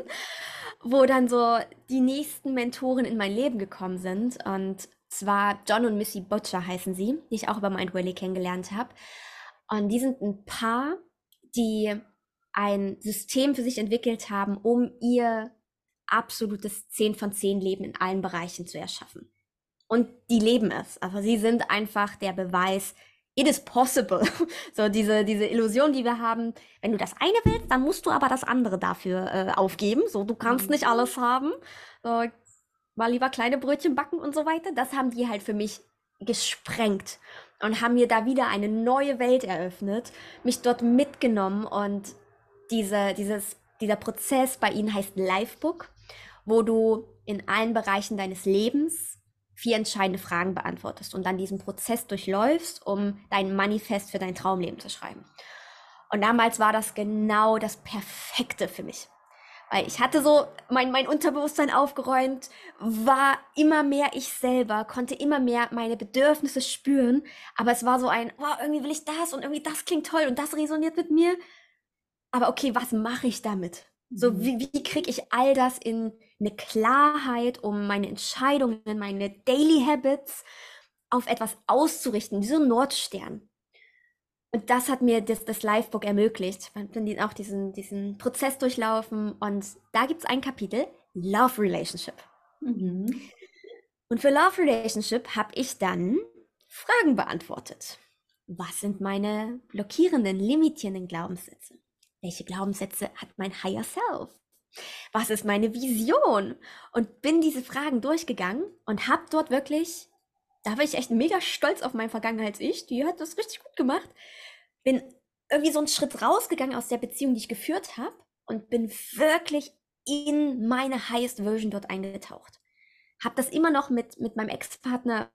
wo dann so die nächsten Mentoren in mein Leben gekommen sind, und zwar John und Missy Butcher heißen sie, die ich auch über Mindvalley kennengelernt habe. Und die sind ein Paar, die ein System für sich entwickelt haben, um ihr absolutes zehn von zehn Leben in allen Bereichen zu erschaffen. Und die leben es. Also sie sind einfach der Beweis, it is possible. So diese, diese Illusion, die wir haben, wenn du das eine willst, dann musst du aber das andere dafür äh, aufgeben. So, du kannst nicht alles haben. So, mal lieber kleine Brötchen backen und so weiter. Das haben die halt für mich gesprengt und haben mir da wieder eine neue Welt eröffnet, mich dort mitgenommen, und diese, dieses, dieser Prozess bei ihnen heißt Livebook, wo du in allen Bereichen deines Lebens vier entscheidende Fragen beantwortest und dann diesen Prozess durchläufst, um dein Manifest für dein Traumleben zu schreiben. Und damals war das genau das Perfekte für mich. Weil ich hatte so mein, mein Unterbewusstsein aufgeräumt, war immer mehr ich selber, konnte immer mehr meine Bedürfnisse spüren, aber es war so ein, oh, irgendwie will ich das und irgendwie das klingt toll und das resoniert mit mir. Aber okay, was mache ich damit? So, wie, wie kriege ich all das in eine Klarheit, um meine Entscheidungen, meine Daily Habits auf etwas auszurichten, wie so ein Nordstern. Und das hat mir das, das Livebook ermöglicht. Ich bin auch diesen, diesen Prozess durchlaufen, und da gibt es ein Kapitel, Love Relationship. Mhm. Und für Love Relationship habe ich dann Fragen beantwortet. Was sind meine blockierenden, limitierenden Glaubenssätze? Welche Glaubenssätze hat mein Higher Self? Was ist meine Vision? Und bin diese Fragen durchgegangen und habe dort wirklich, da war ich echt mega stolz auf mein Vergangenheits-Ich, die hat das richtig gut gemacht, bin irgendwie so einen Schritt rausgegangen aus der Beziehung, die ich geführt habe, und bin wirklich in meine highest Version dort eingetaucht. Habe das immer noch mit, mit meinem Ex-Partner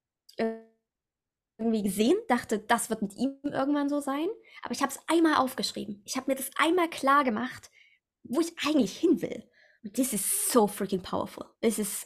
irgendwie gesehen, dachte, das wird mit ihm irgendwann so sein, aber ich habe es einmal aufgeschrieben. Ich habe mir das einmal klar gemacht, wo ich eigentlich hin will. Und this is so freaking powerful. Das ist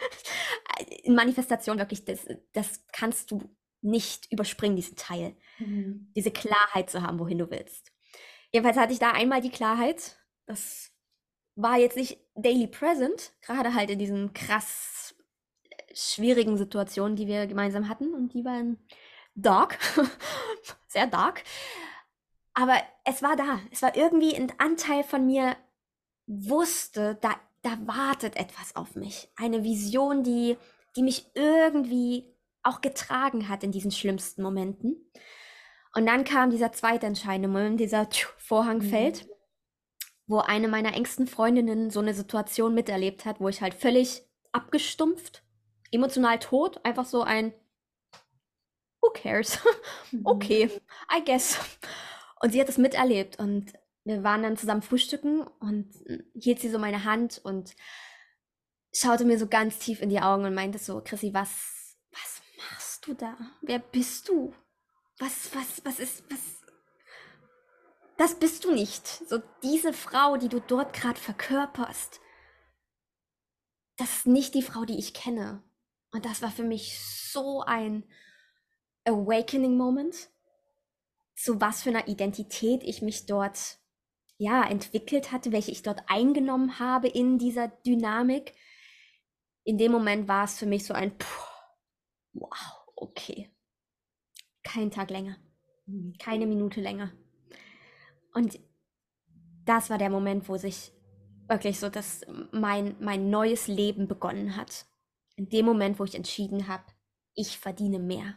in Manifestation wirklich, das, das kannst du nicht überspringen, diesen Teil. Mhm. Diese Klarheit zu haben, wohin du willst. Jedenfalls hatte ich da einmal die Klarheit. Das war jetzt nicht daily present, gerade halt in diesen krass schwierigen Situationen, die wir gemeinsam hatten, und die waren dark, sehr dark. Aber es war da. Es war irgendwie ein Anteil von mir, wusste, da, da wartet etwas auf mich. Eine Vision, die, die mich irgendwie auch getragen hat in diesen schlimmsten Momenten. Und dann kam dieser zweite entscheidende Moment, dieser Vorhang fällt, wo eine meiner engsten Freundinnen so eine Situation miterlebt hat, wo ich halt völlig abgestumpft, emotional tot, einfach so ein Who cares? Okay, I guess. Und sie hat es miterlebt und wir waren dann zusammen frühstücken und hielt sie so meine Hand und schaute mir so ganz tief in die Augen und meinte so, Chrissy, was, was machst du da? Wer bist du? Was, was, was ist, was? Das bist du nicht. So diese Frau, die du dort gerade verkörperst, das ist nicht die Frau, die ich kenne. Und das war für mich so ein Awakening Moment, zu was für einer Identität ich mich dort ja entwickelt hatte, welche ich dort eingenommen habe in dieser Dynamik. In dem Moment war es für mich so ein Puh, wow, okay. Kein Tag länger. Keine Minute länger. Und das war der Moment, wo sich wirklich so das, mein, mein neues Leben begonnen hat. In dem Moment, wo ich entschieden habe, ich verdiene mehr.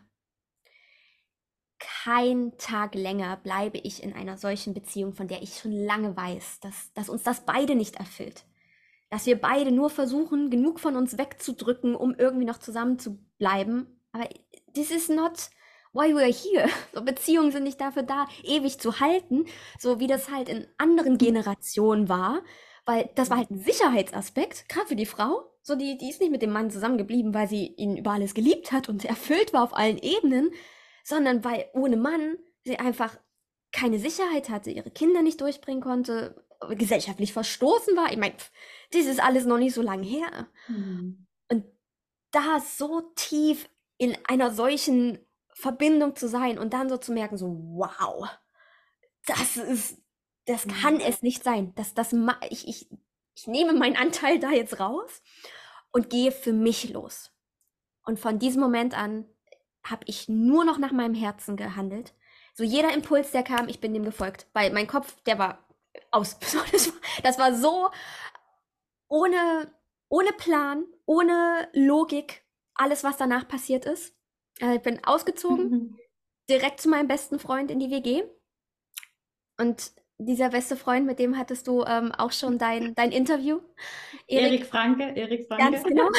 Kein Tag länger bleibe ich in einer solchen Beziehung, von der ich schon lange weiß, dass, dass uns das beide nicht erfüllt. Dass wir beide nur versuchen, genug von uns wegzudrücken, um irgendwie noch zusammen zu bleiben. Aber this is not why we're here. So, Beziehungen sind nicht dafür da, ewig zu halten, so wie das halt in anderen Generationen war. Weil das war halt ein Sicherheitsaspekt, gerade für die Frau. So, die, die ist nicht mit dem Mann zusammengeblieben, weil sie ihn über alles geliebt hat und erfüllt war auf allen Ebenen, sondern weil ohne Mann sie einfach keine Sicherheit hatte, ihre Kinder nicht durchbringen konnte, gesellschaftlich verstoßen war. Ich meine, das ist alles noch nicht so lange her. Mhm. Und da so tief in einer solchen Verbindung zu sein und dann so zu merken, so wow, das ist, das kann mhm. es nicht sein. Das, das, ich, ich, ich nehme meinen Anteil da jetzt raus und gehe für mich los. Und von diesem Moment an habe ich nur noch nach meinem Herzen gehandelt. So jeder Impuls, der kam, ich bin dem gefolgt. Weil mein Kopf, der war aus. Das war, das war so ohne, ohne Plan, ohne Logik, alles, was danach passiert ist. Also ich bin ausgezogen, mhm. direkt zu meinem besten Freund in die W G. Und dieser beste Freund, mit dem hattest du ähm, auch schon dein, dein Interview. Erik, Erik Franke, Erik Franke. Ganz genau.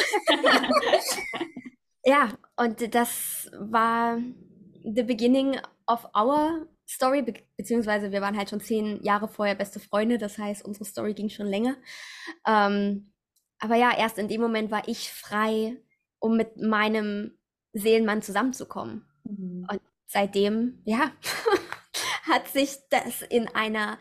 Ja, und das war the beginning of our story, be beziehungsweise wir waren halt schon zehn Jahre vorher beste Freunde, das heißt, unsere Story ging schon länger. Ähm, aber ja, erst in dem Moment war ich frei, um mit meinem Seelenmann zusammenzukommen. Mhm. Und seitdem, ja, hat sich das in einer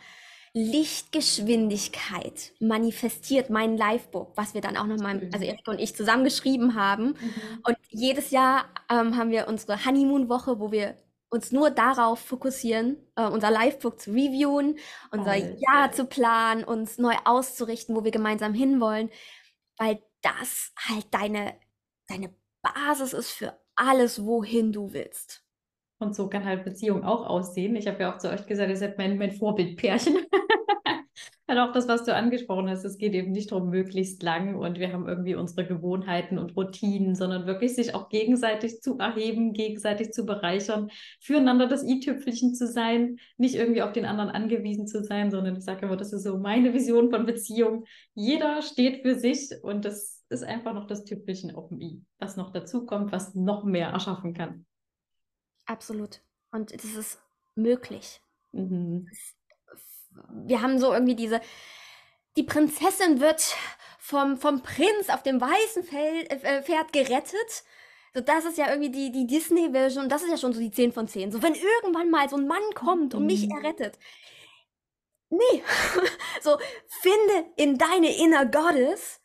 Lichtgeschwindigkeit manifestiert, mein Livebook, was wir dann auch nochmal, also Erika und ich zusammen geschrieben haben. Mhm. Und jedes Jahr ähm, haben wir unsere Honeymoon-Woche, wo wir uns nur darauf fokussieren, äh, unser Livebook zu reviewen, unser Alter. Jahr zu planen, uns neu auszurichten, wo wir gemeinsam hinwollen, weil das halt deine, deine Basis ist für alles, wohin du willst. Und so kann halt Beziehung auch aussehen. Ich habe ja auch zu euch gesagt, ihr seid mein, mein Vorbildpärchen. Halt auch das, was du angesprochen hast. Es geht eben nicht darum, möglichst lang und wir haben irgendwie unsere Gewohnheiten und Routinen, sondern wirklich sich auch gegenseitig zu erheben, gegenseitig zu bereichern, füreinander das i-Tüpfelchen zu sein, nicht irgendwie auf den anderen angewiesen zu sein, sondern ich sage immer, das ist so meine Vision von Beziehung. Jeder steht für sich und das ist einfach noch das Tüpfelchen auf dem i, was noch dazu kommt, was noch mehr erschaffen kann. Absolut. Und das ist möglich. Mhm. Wir haben so irgendwie diese, die Prinzessin wird vom, vom Prinz auf dem weißen Feld, äh, Pferd gerettet. So, das ist ja irgendwie die, die Disney-Version, das ist ja schon so die zehn von zehn. So, wenn irgendwann mal so ein Mann kommt und mhm. mich errettet. Nee. So, finde in deine Inner Goddess.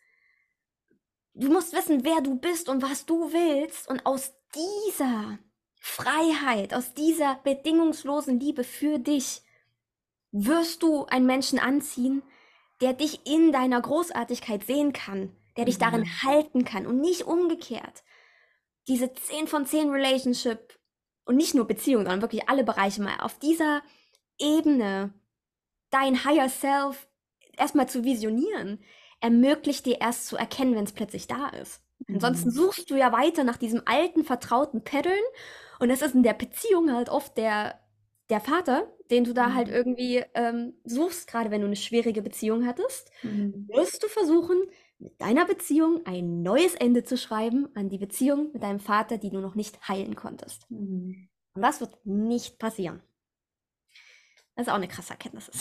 Du musst wissen, wer du bist und was du willst. Und aus dieser Freiheit, aus dieser bedingungslosen Liebe für dich, wirst du einen Menschen anziehen, der dich in deiner Großartigkeit sehen kann, der dich mhm. darin halten kann und nicht umgekehrt. Diese zehn von zehn Relationship und nicht nur Beziehung, sondern wirklich alle Bereiche mal auf dieser Ebene dein Higher Self erstmal zu visionieren, ermöglicht dir erst zu erkennen, wenn es plötzlich da ist. Mhm. Ansonsten suchst du ja weiter nach diesem alten, vertrauten Pattern und das ist in der Beziehung halt oft der, der Vater, den du da halt Mhm. irgendwie ähm, suchst, gerade wenn du eine schwierige Beziehung hattest, Mhm. wirst du versuchen, mit deiner Beziehung ein neues Ende zu schreiben an die Beziehung mit deinem Vater, die du noch nicht heilen konntest. Mhm. Und das wird nicht passieren. Das ist auch eine krasse Erkenntnis.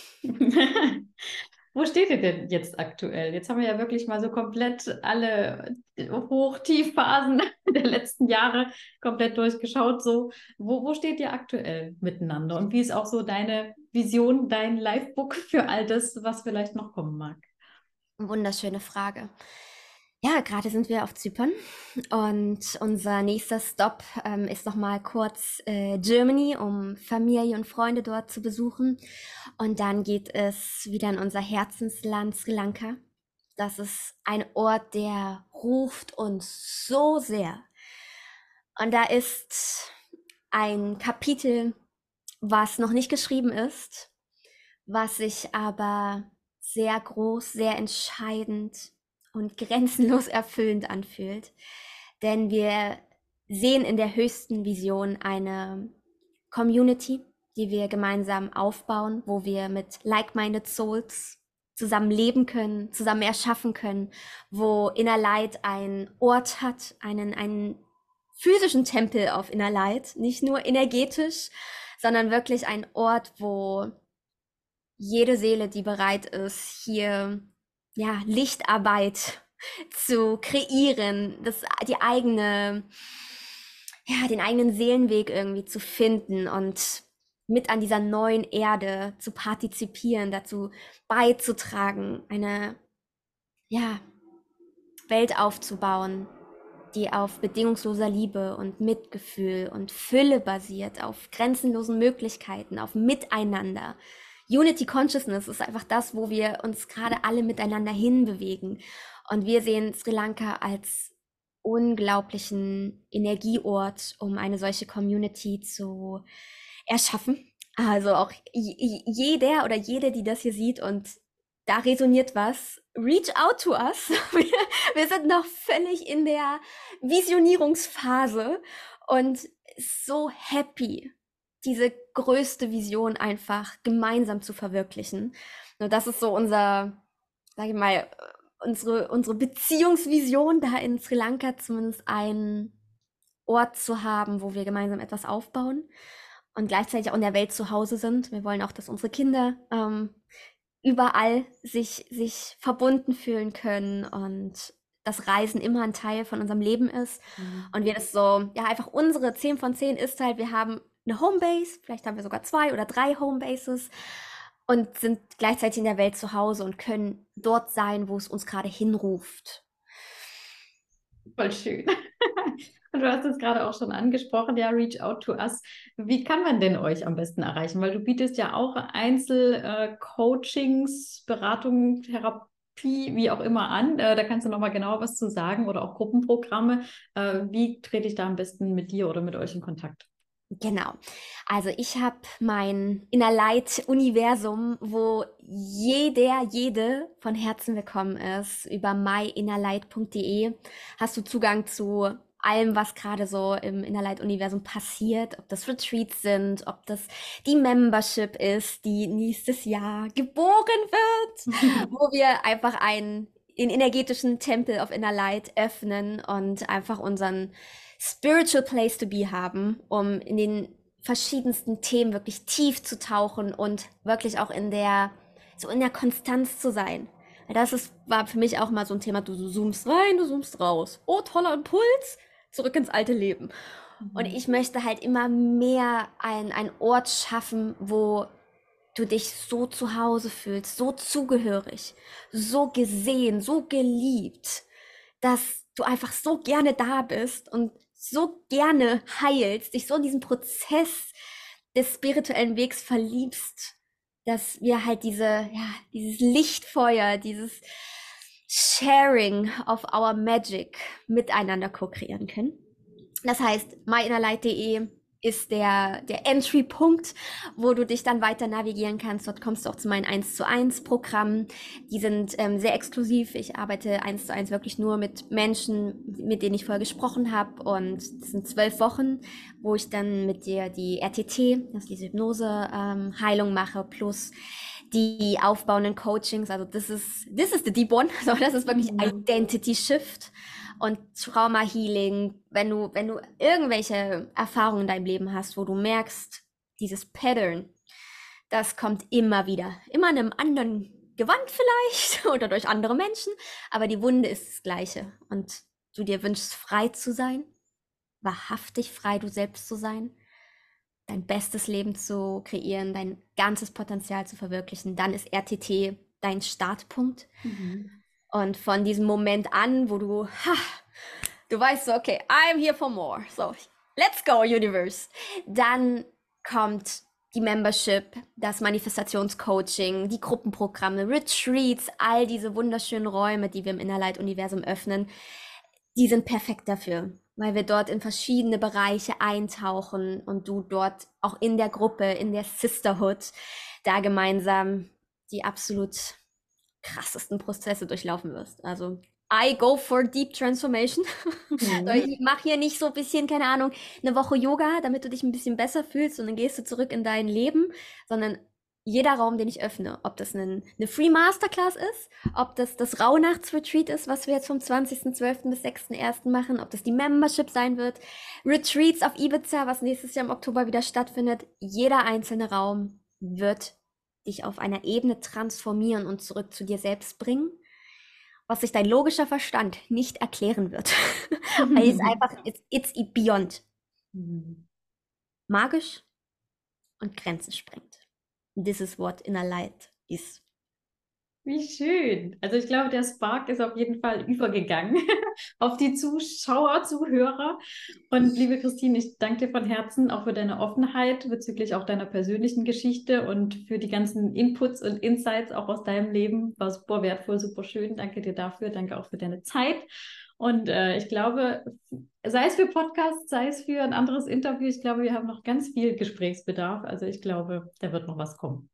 Wo steht ihr denn jetzt aktuell? Jetzt haben wir ja wirklich mal so komplett alle Hoch-Tief-Phasen der letzten Jahre komplett durchgeschaut. So, wo, wo steht ihr aktuell miteinander? Und wie ist auch so deine Vision, dein Livebook für all das, was vielleicht noch kommen mag? Wunderschöne Frage. Ja, gerade sind wir auf Zypern und unser nächster Stop ähm, ist nochmal kurz äh, Germany, um Familie und Freunde dort zu besuchen. Und dann geht es wieder in unser Herzensland Sri Lanka. Das ist ein Ort, der ruft uns so sehr. Und da ist ein Kapitel, was noch nicht geschrieben ist, was sich aber sehr groß, sehr entscheidend und grenzenlos erfüllend anfühlt. Denn wir sehen in der höchsten Vision eine Community, die wir gemeinsam aufbauen, wo wir mit like-minded Souls zusammen leben können, zusammen erschaffen können, wo Inner Light einen Ort hat, einen, einen physischen Tempel auf Inner Light, nicht nur energetisch, sondern wirklich ein Ort, wo jede Seele, die bereit ist, hier ja Lichtarbeit zu kreieren, das die eigene ja, den eigenen Seelenweg irgendwie zu finden und mit an dieser neuen Erde zu partizipieren, dazu beizutragen, eine ja, Welt aufzubauen, die auf bedingungsloser Liebe und Mitgefühl und Fülle basiert, auf grenzenlosen Möglichkeiten, auf Miteinander. Unity Consciousness ist einfach das, wo wir uns gerade alle miteinander hinbewegen. Und wir sehen Sri Lanka als unglaublichen Energieort, um eine solche Community zu erschaffen. Also auch jeder oder jede, die das hier sieht und da resoniert was, reach out to us. Wir, wir sind noch völlig in der Visionierungsphase und so happy, diese größte Vision einfach gemeinsam zu verwirklichen. Und das ist so unser, sag ich mal, unsere, unsere Beziehungsvision, da in Sri Lanka zumindest einen Ort zu haben, wo wir gemeinsam etwas aufbauen und gleichzeitig auch in der Welt zu Hause sind. Wir wollen auch, dass unsere Kinder ähm, überall sich, sich verbunden fühlen können und das Reisen immer ein Teil von unserem Leben ist. Mhm. Und wir das so, ja, einfach unsere zehn von zehn ist halt, wir haben eine Homebase, vielleicht haben wir sogar zwei oder drei Homebases und sind gleichzeitig in der Welt zu Hause und können dort sein, wo es uns gerade hinruft. Voll schön. Und du hast es gerade auch schon angesprochen, ja, reach out to us. Wie kann man denn euch am besten erreichen? Weil du bietest ja auch Einzel-Coachings, Beratungen, Therapie, wie auch immer an. Äh, da kannst du noch mal genauer was zu sagen oder auch Gruppenprogramme. Äh, wie trete ich da am besten mit dir oder mit euch in Kontakt? Genau. Also ich habe mein Inner Light Universum, wo jeder, jede von Herzen willkommen ist. Über my inner light punkt de hast du Zugang zu allem, was gerade so im Inner Light Universum passiert, ob das Retreats sind, ob das die Membership ist, die nächstes Jahr geboren wird, wo wir einfach einen, den energetischen Tempel of Inner Light öffnen und einfach unseren spiritual place to be haben, um in den verschiedensten Themen wirklich tief zu tauchen und wirklich auch in der, so in der Konstanz zu sein. Das ist, war für mich auch mal so ein Thema, du, du zoomst rein, du zoomst raus. Oh, toller Impuls, zurück ins alte Leben. Und ich möchte halt immer mehr ein, ein Ort schaffen, wo du dich so zu Hause fühlst, so zugehörig, so gesehen, so geliebt, dass du einfach so gerne da bist und so gerne heilst, dich so in diesen Prozess des spirituellen Wegs verliebst, dass wir halt diese, ja, dieses Lichtfeuer, dieses Sharing of our Magic miteinander co-kreieren können. Das heißt, my inner light punkt de ist der, der Entry-Punkt, wo du dich dann weiter navigieren kannst. Dort kommst du auch zu meinen eins zu eins Programmen. Die sind ähm, sehr exklusiv. Ich arbeite eins zu eins wirklich nur mit Menschen, mit denen ich vorher gesprochen habe. Und das sind zwölf Wochen, wo ich dann mit dir die R T T, also diese Hypnose-Heilung ähm, mache, plus die aufbauenden Coachings. Also das ist, this is the deep one. So, das ist wirklich Mhm. Identity Shift. Und Trauma Healing, wenn du, wenn du irgendwelche Erfahrungen in deinem Leben hast, wo du merkst, dieses Pattern, das kommt immer wieder. Immer in einem anderen Gewand vielleicht oder durch andere Menschen, aber die Wunde ist das Gleiche. Und du dir wünschst, frei zu sein, wahrhaftig frei du selbst zu sein, dein bestes Leben zu kreieren, dein ganzes Potenzial zu verwirklichen, dann ist R T T dein Startpunkt. Mhm. Und von diesem Moment an, wo du, ha, du weißt so, okay, I'm here for more. So, let's go, Universe. Dann kommt die Membership, das Manifestationscoaching, die Gruppenprogramme, Retreats, all diese wunderschönen Räume, die wir im Innerlight-Universum öffnen, die sind perfekt dafür, weil wir dort in verschiedene Bereiche eintauchen und du dort auch in der Gruppe, in der Sisterhood, da gemeinsam die absolut krassesten Prozesse durchlaufen wirst. Also I go for deep transformation. Mhm. Ich mache hier nicht so ein bisschen, keine Ahnung, eine Woche Yoga, damit du dich ein bisschen besser fühlst und dann gehst du zurück in dein Leben, sondern jeder Raum, den ich öffne, ob das eine, eine Free Masterclass ist, ob das das Rauhnachtsretreat ist, was wir jetzt vom zwanzigsten zwölften bis sechsten ersten machen, ob das die Membership sein wird, Retreats auf Ibiza, was nächstes Jahr im Oktober wieder stattfindet, jeder einzelne Raum wird dich auf einer Ebene transformieren und zurück zu dir selbst bringen, was sich dein logischer Verstand nicht erklären wird. Weil es einfach, it's, it's beyond. Mhm. Magisch und Grenzen sprengt. This is what inner light is. Wie schön. Also ich glaube, der Spark ist auf jeden Fall übergegangen auf die Zuschauer, Zuhörer. Und liebe Christine, ich danke dir von Herzen auch für deine Offenheit bezüglich auch deiner persönlichen Geschichte und für die ganzen Inputs und Insights auch aus deinem Leben. War super wertvoll, super schön. Danke dir dafür. Danke auch für deine Zeit. Und äh, ich glaube, sei es für Podcasts, sei es für ein anderes Interview, ich glaube, wir haben noch ganz viel Gesprächsbedarf. Also ich glaube, da wird noch was kommen.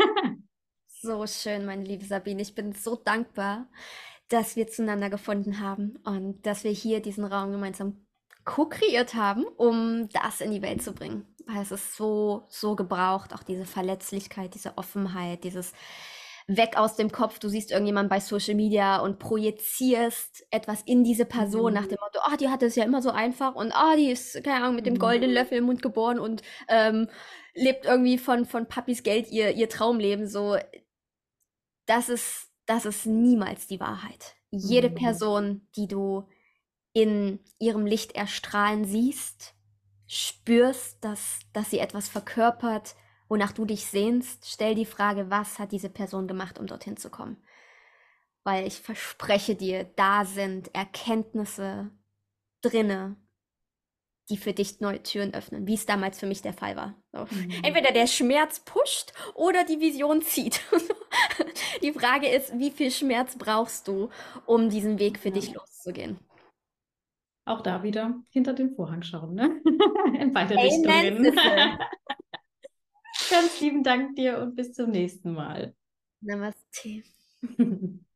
So schön, meine liebe Sabine. Ich bin so dankbar, dass wir zueinander gefunden haben und dass wir hier diesen Raum gemeinsam co-kreiert haben, um das in die Welt zu bringen. Weil es ist so, so gebraucht, auch diese Verletzlichkeit, diese Offenheit, dieses weg aus dem Kopf. Du siehst irgendjemanden bei Social Media und projizierst etwas in diese Person Mhm. nach dem Motto, ah, die hat es ja immer so einfach und ah, die ist, keine Ahnung, mit dem Mhm. goldenen Löffel im Mund geboren und ähm, lebt irgendwie von, von Papis Geld ihr, ihr Traumleben. So, das ist, das ist niemals die Wahrheit. Jede Mhm. Person, die du in ihrem Licht erstrahlen siehst, spürst, dass, dass sie etwas verkörpert, wonach du dich sehnst, stell die Frage, was hat diese Person gemacht, um dorthin zu kommen? Weil ich verspreche dir, da sind Erkenntnisse drinne, die für dich neue Türen öffnen, wie es damals für mich der Fall war. So. Mhm. Entweder der Schmerz pusht oder die Vision zieht. Die Frage ist, wie viel Schmerz brauchst du, um diesen Weg für Ja. dich loszugehen? Auch da wieder hinter den Vorhang schauen, ne? In beide Amen, Richtungen. Sissel. Ganz lieben Dank dir und bis zum nächsten Mal. Namaste.